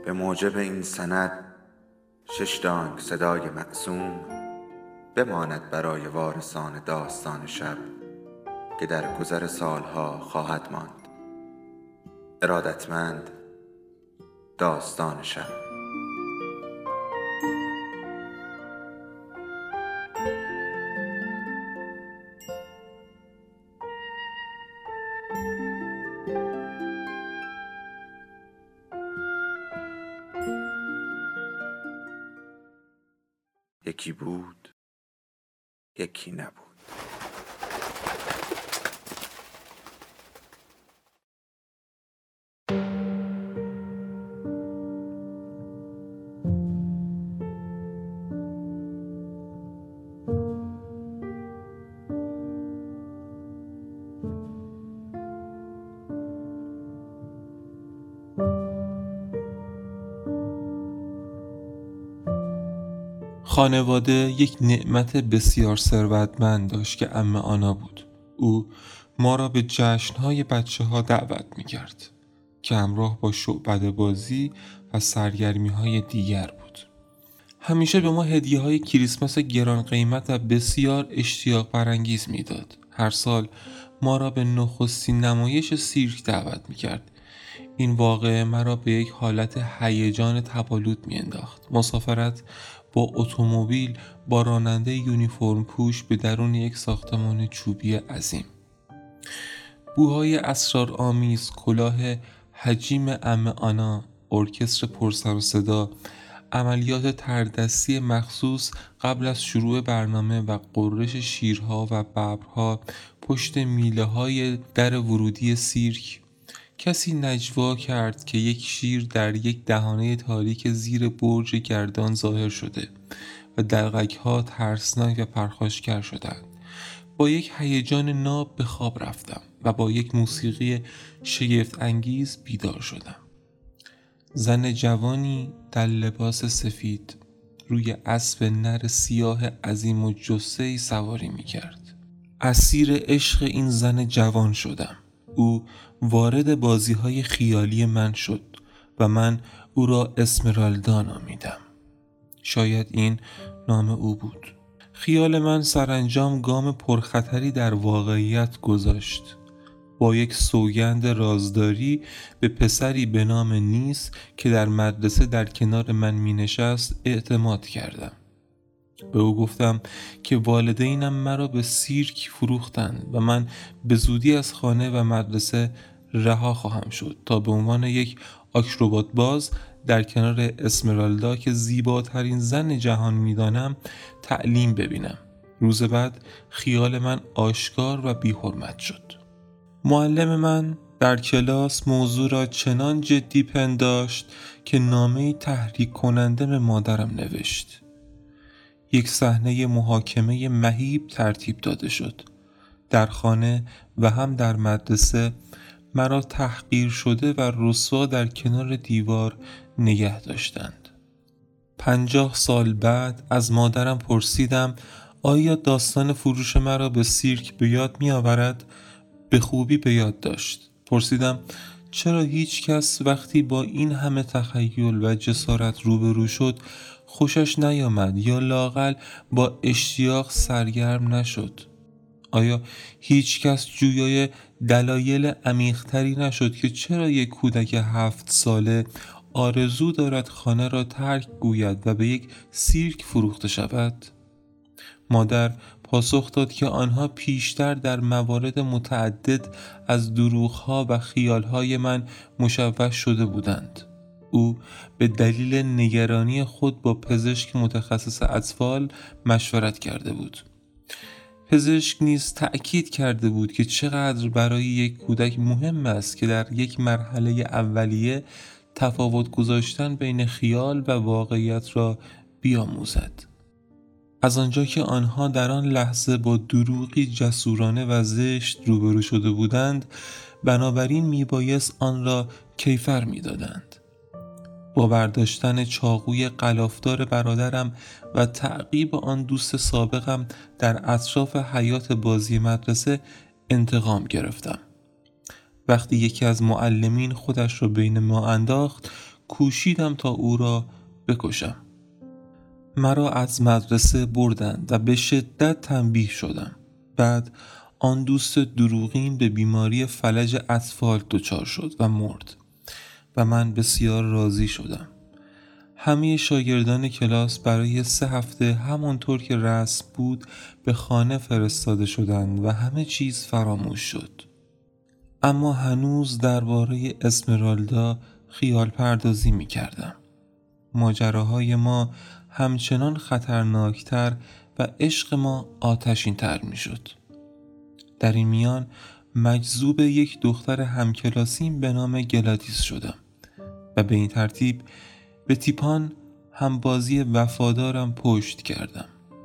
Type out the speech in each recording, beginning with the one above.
به موجب این سند 6 دانگ صدای معصوم بماند برای وارثان داستان شب که در گذر سالها خواهد ماند. ارادتمند، داستان شب. یکی بود، یکی نبود. خانواده یک نعمت بسیار ثروتمند داشت که عمه آنا بود. او ما را به جشن‌های بچه‌ها دعوت می‌کرد که همراه با شعبده بازی و سرگرمی‌های دیگر بود. همیشه به ما هدیه‌های کریسمس گران قیمت و بسیار اشتیاق برانگیز می‌داد. هر سال ما را به نخستین نمایش سیرک دعوت می‌کرد. این واقعه مرا به یک حالت هیجان تبالود می‌انداخت. مسافرت با اتومبیل با راننده یونیفرم پوش به درون یک ساختمان چوبی عظیم، بوهای اسرارآمیز، کلاه حجیم عمه آنا، ارکستر پرسر و صدا، عملیات تردستی مخصوص قبل از شروع برنامه و غرش شیرها و ببرها پشت میله های در ورودی سیرک. کسی نجوا کرد که یک شیر در یک دهانه تاریک زیر برج گردان ظاهر شده و دلغک‌ها ترسناک و پرخاشگر شدند. با یک هیجان ناب به خواب رفتم و با یک موسیقی شگفت انگیز بیدار شدم. زن جوانی در لباس سفید روی اسب نر سیاه عظیم و جثه‌ای سواری می‌کرد. اسیر عشق این زن جوان شدم. او وارد بازی‌های خیالی من شد و من او را اسمرالدا نامیدم. شاید این نام او بود. خیال من سرانجام گام پرخطری در واقعیت گذاشت. با یک سوگند رازداری به پسری به نام نیس که در مدرسه در کنار من می نشست اعتماد کردم. به او گفتم که والدینم مرا به سیرک فروختند و من به زودی از خانه و مدرسه رها خواهم شد تا به عنوان یک آکروبات باز در کنار اسمرالدا که زیباترین زن جهان میدانم تعلیم ببینم. روز بعد خیال من آشکار و بی حرمت شد. معلم من در کلاس موضوع را چنان جدی پنداشت که نامه‌ای تحریک کننده به مادرم نوشت. یک صحنه محاکمه مهیب ترتیب داده شد. در خانه و هم در مدرسه مرا تحقیر شده و رسوا در کنار دیوار نگه داشتند. 50 سال بعد از مادرم پرسیدم آیا داستان فروش مرا به سیرک به یاد می آورد؟ به خوبی به یاد داشت. پرسیدم چرا هیچ کس وقتی با این همه تخیل و جسارت روبرو شد خوشش نیامد یا لااقل با اشتیاق سرگرم نشد؟ آیا هیچ کس جویای دلایل عمیق‌تری نشد که چرا یک کودک 7 ساله آرزو دارد خانه را ترک گوید و به یک سیرک فروخته شود؟ مادر پاسخ داد که آنها پیشتر در موارد متعدد از دروغ‌ها و خیال‌های من مشوش شده بودند. او به دلیل نگرانی خود با پزشک متخصص اطفال مشورت کرده بود. پزشک نیز تأکید کرده بود که چقدر برای یک کودک مهم است که در یک مرحله اولیه تفاوت گذاشتن بین خیال و واقعیت را بیاموزد. از آنجا که آنها در آن لحظه با دروغی جسورانه و زشت روبرو شده بودند، بنابراین میبایست آن را کیفر میدادند. با برداشتن چاقوی غلافدار برادرم و تعقیب آن دوست سابقم در اطراف حیاط بازی مدرسه انتقام گرفتم. وقتی یکی از معلمین خودش را بین ما انداخت، کوشیدم تا او را بکشم. مرا از مدرسه بردند و به شدت تنبیه شدم. بعد آن دوست دروغین به بیماری فلج اطفال دچار شد و مرد و من بسیار راضی شدم. همه شاگردان کلاس برای 3 هفته همانطور که رسم بود به خانه فرستاده شدند و همه چیز فراموش شد. اما هنوز درباره اسمرالدا خیال پردازی می کردم. ماجراهای ما همچنان خطرناکتر و عشق ما آتشین تر می شد. در این میان مجذوب یک دختر همکلاسیم به نام گلادیس شدم و به این ترتیب به تیپان همبازی وفادارم پشت کردم.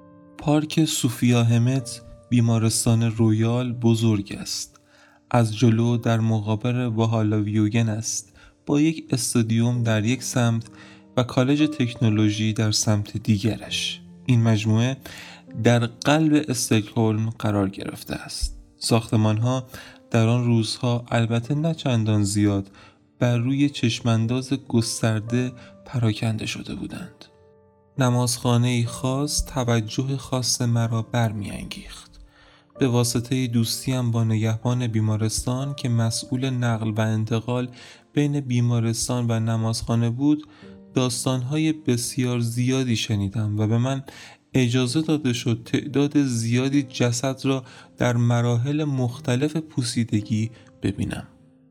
پارک سوفیا همت بیمارستان رویال بزرگ است. از جلو در مقابل واهالاویوگن است با یک استادیوم در یک سمت و کالج تکنولوژی در سمت دیگرش. این مجموعه در قلب استکهلم قرار گرفته است. ساختمان‌ها در آن روزها البته نه چندان زیاد بر روی چشمانداز گسترده پراکنده شده بودند. نمازخانه‌ای خاص توجه خاص مرا برمی‌انگیخت. به واسطه دوستیم با نگهبان بیمارستان که مسئول نقل و انتقال بین بیمارستان و نمازخانه بود، داستان‌های بسیار زیادی شنیدم و به من اجازه داده شد تعداد زیادی جسد را در مراحل مختلف پوسیدگی ببینم.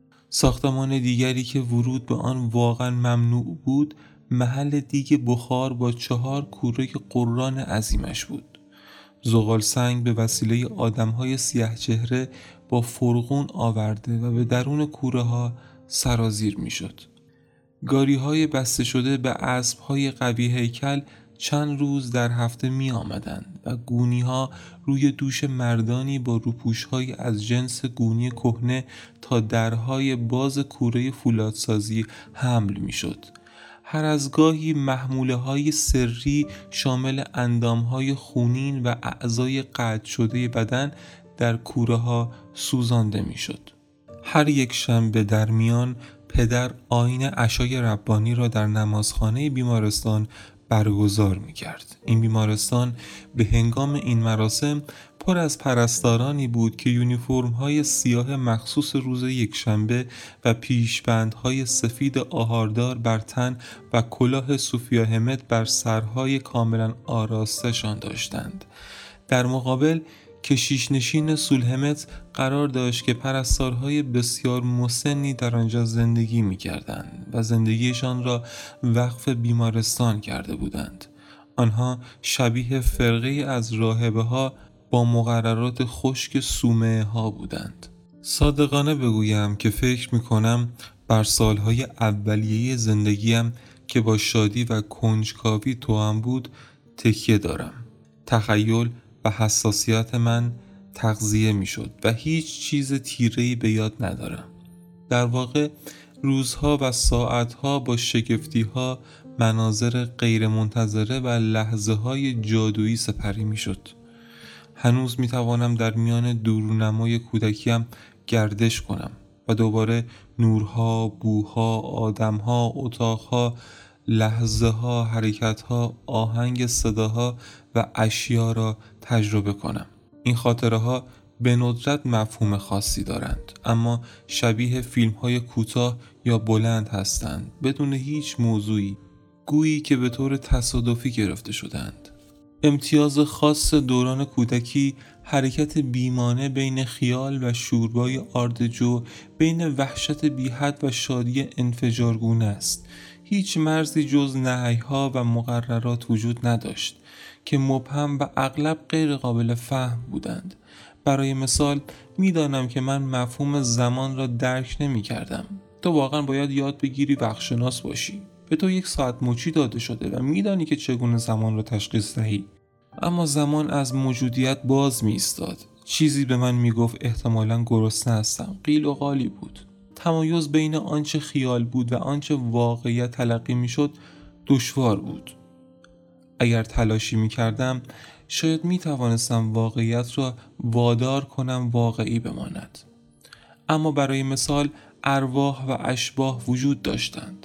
ساختمان دیگری که ورود به آن واقعا ممنوع بود، محل دیگ بخار با 4 کوره قرآن عظیمش بود. زغال سنگ به وسیله آدم‌های سیاه چهره با فرغون آورده و به درون کوره ها سرازیر می شد. گاری‌های بسته شده به اسب‌های قوی هیکل چند روز در هفته می آمدند و گونی‌ها روی دوش مردانی با روپوش‌های از جنس گونی کهنه تا درهای باز کوره فولادسازی حمل می شد. هر از گاهی محموله‌های سری شامل اندام‌های خونین و اعضای قطع شده بدن در کوره‌ها سوزانده می شد. هر یک شنبه در میان پدر آیین عشای ربانی را در نمازخانه بیمارستان برگزار می کرد. این بیمارستان به هنگام این مراسم پر از پرستارانی بود که یونیفرم‌های سیاه مخصوص روز یکشنبه و پیشبندهای سفید آهاردار بر تن و کلاه سوفیا همت بر سرهای کاملا آراسته‌شان داشتند. در مقابل کشیش نشین سولهمت قرار داشت که پرستارهای بسیار مسنی در آنجا زندگی می کردند و زندگیشان را وقف بیمارستان کرده بودند. آنها شبیه فرقه از راهبه ها با مقررات خشک صومعه ها بودند. صادقانه بگویم که فکر می کنم بر سالهای اولیه زندگیم که با شادی و کنجکاوی توأم بود تکیه دارم. تخیل و حساسیت من تغذیه می شد و هیچ چیز تیره‌ای به یاد ندارم. در واقع روزها و ساعتها با شگفتی‌ها، مناظر غیر منتظره و لحظه‌های جادویی سپری می شد. هنوز می توانم در میان دورنمای کودکیم گردش کنم و دوباره نورها، بوها، آدمها، اتاقها، لحظه‌ها، حرکت‌ها، آهنگ صداها و اشیا را تجربه کنم. این خاطره‌ها به ندرت مفهوم خاصی دارند، اما شبیه فیلم‌های کوتاه یا بلند هستند، بدون هیچ موضوعی، گویی که به طور تصادفی گرفته شدند. امتیاز خاص دوران کودکی حرکت بیمانه بین خیال و شوربای آردجو، بین وحشت بی‌حد و شادی انفجارگونه است. هیچ مرزی جز نهی‌ها و مقررات وجود نداشت که مبهم و اغلب غیر قابل فهم بودند. برای مثال میدانم که من مفهوم زمان را درک نمی کردم. تو واقعا باید یاد بگیری وقت‌شناس باشی. به تو 1 ساعت مچی داده شده و میدانی که چگونه زمان را تشخیص دهی. اما زمان از موجودیت باز می ایستاد. چیزی به من میگفت احتمالاً گرسنه هستم. قیل و قالی بود. تمایز بین آنچه خیال بود و آنچه واقعیت تلقی می شد دشوار بود. اگر تلاشی می کردم شاید می توانستم واقعیت را وادار کنم واقعی بماند. اما برای مثال ارواح و اشباح وجود داشتند.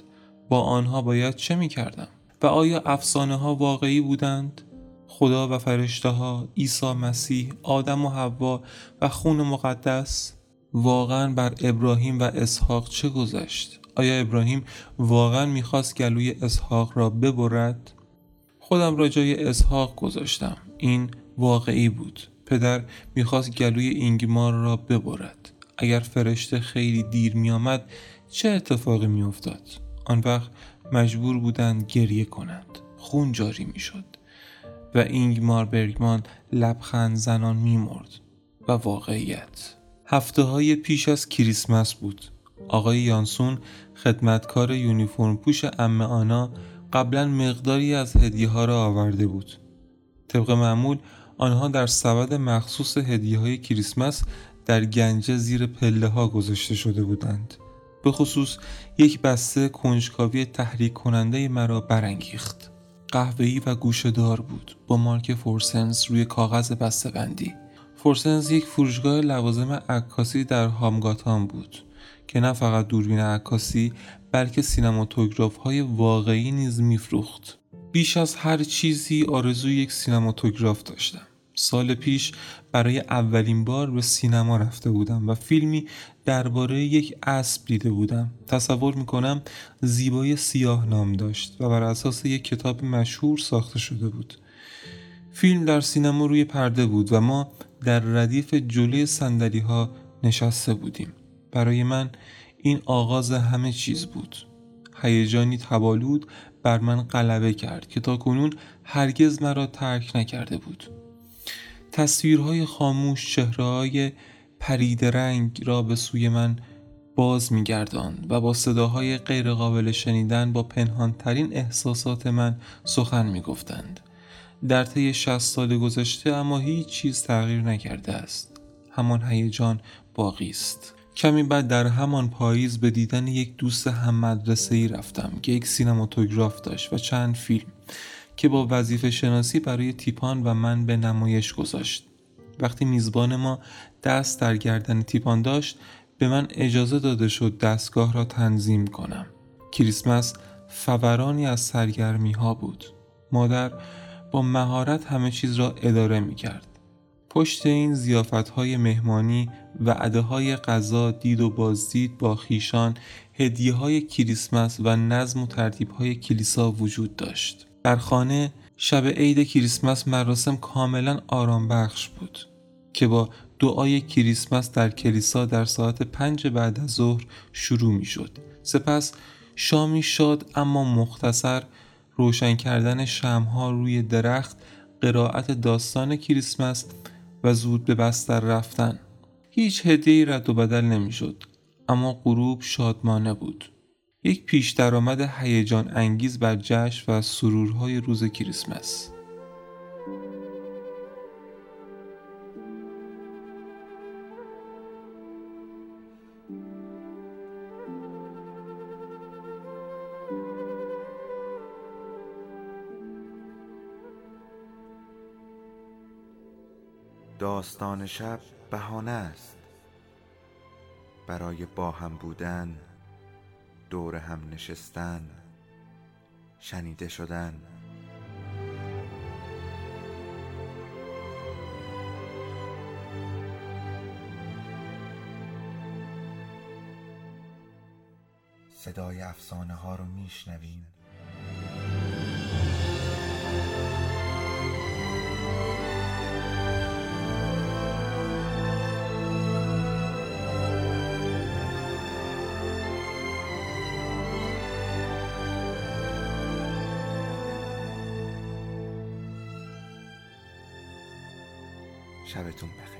با آنها باید چه می‌کردم؟ و آیا افسانه‌ها واقعی بودند؟ خدا و فرشته‌ها، عیسی مسیح، آدم و حوا و خون مقدس؟ واقعاً بر ابراهیم و اسحاق چه گذشت؟ آیا ابراهیم واقعاً می‌خواست گلوی اسحاق را ببرد؟ خودم را جای اسحاق گذاشتم. این واقعی بود. پدر می‌خواست گلوی اینگمار را ببرد. اگر فرشته خیلی دیر می‌آمد چه اتفاقی می‌افتاد؟ آن وقت مجبور بودند گریه کنند. خون جاری می‌شد و اینگمار برگمان لبخند زنان می‌مرد. و واقعیت هفته‌های پیش از کریسمس بود. آقای یانسون خدمتکار یونیفرم پوش عمه آنا قبلا مقداری از هدیه‌ها را آورده بود. طبق معمول آنها در سبد مخصوص هدیه‌های کریسمس در گنجه زیر پله‌ها گذاشته شده بودند. به خصوص یک بسته کنجکاوی تحریک کننده مرا برانگیخت. قهوه‌ای و گوشه‌دار بود با مارک فورسنز روی کاغذ بسته‌بندی. فورسنز یک فروشگاه لوازم عکاسی در هامگاتان بود که نه فقط دوربین عکاسی بلکه سینماتوگراف‌های واقعی نیز می‌فروخت. بیش از هر چیزی آرزوی یک سینماتوگراف داشتم. سال پیش برای اولین بار به سینما رفته بودم و فیلمی درباره یک اسب دیده بودم. تصور می‌کنم زیبای سیاه نام داشت و بر اساس یک کتاب مشهور ساخته شده بود. فیلم در سینما روی پرده بود و ما در ردیف جلوی صندلی‌ها نشسته بودیم. برای من این آغاز همه چیز بود. هیجانی تبالود بر من غلبه کرد که تاکنون هرگز مرا ترک نکرده بود. تصویرهای خاموش چهره‌های پریده رنگ را به سوی من باز می‌گرداند و با صداهای غیرقابل شنیدن با پنهان‌ترین احساسات من سخن می‌گفتند. در طی 60 سال گذشته اما هیچ چیز تغییر نکرده است. همان هیجان باقی است. کمی بعد در همان پاییز به دیدن یک دوست هم مدرسه‌ای رفتم که یک سینماتوگراف داشت و چند فیلم که با وظیفه شناسی برای تیپان و من به نمایش گذاشت. وقتی میزبان ما دست در گردن تیپان داشت به من اجازه داده شد دستگاه را تنظیم کنم. کریسمس فورانی از سرگرمی ها بود. مادر با مهارت همه چیز را اداره می کرد. پشت این ضیافت‌های مهمانی، وعده‌های غذا، دید و بازدید با خویشان، هدیه‌های کریسمس و نظم و ترتیب‌های کلیسا وجود داشت. در خانه شب عید کریسمس مراسم کاملا آرام بخش بود که با دعای کریسمس در کلیسا در ساعت 5 بعد از ظهر شروع می شد. سپس شامی شاد اما مختصر، روشن کردن شمع‌ها روی درخت، قرائت داستان کریسمس و زود به بستر رفتن. هیچ هدیه‌ای رد و بدل نمی شد، اما غروب شادمانه بود. یک پیش درآمد هیجان انگیز بر جشن و سرورهای روز کریسمس. داستان شب بهانه است برای با هم بودن، دور هم نشستن، شنیده شدن. صدای افسانه ها رو میشنویم. شبتون بخیر.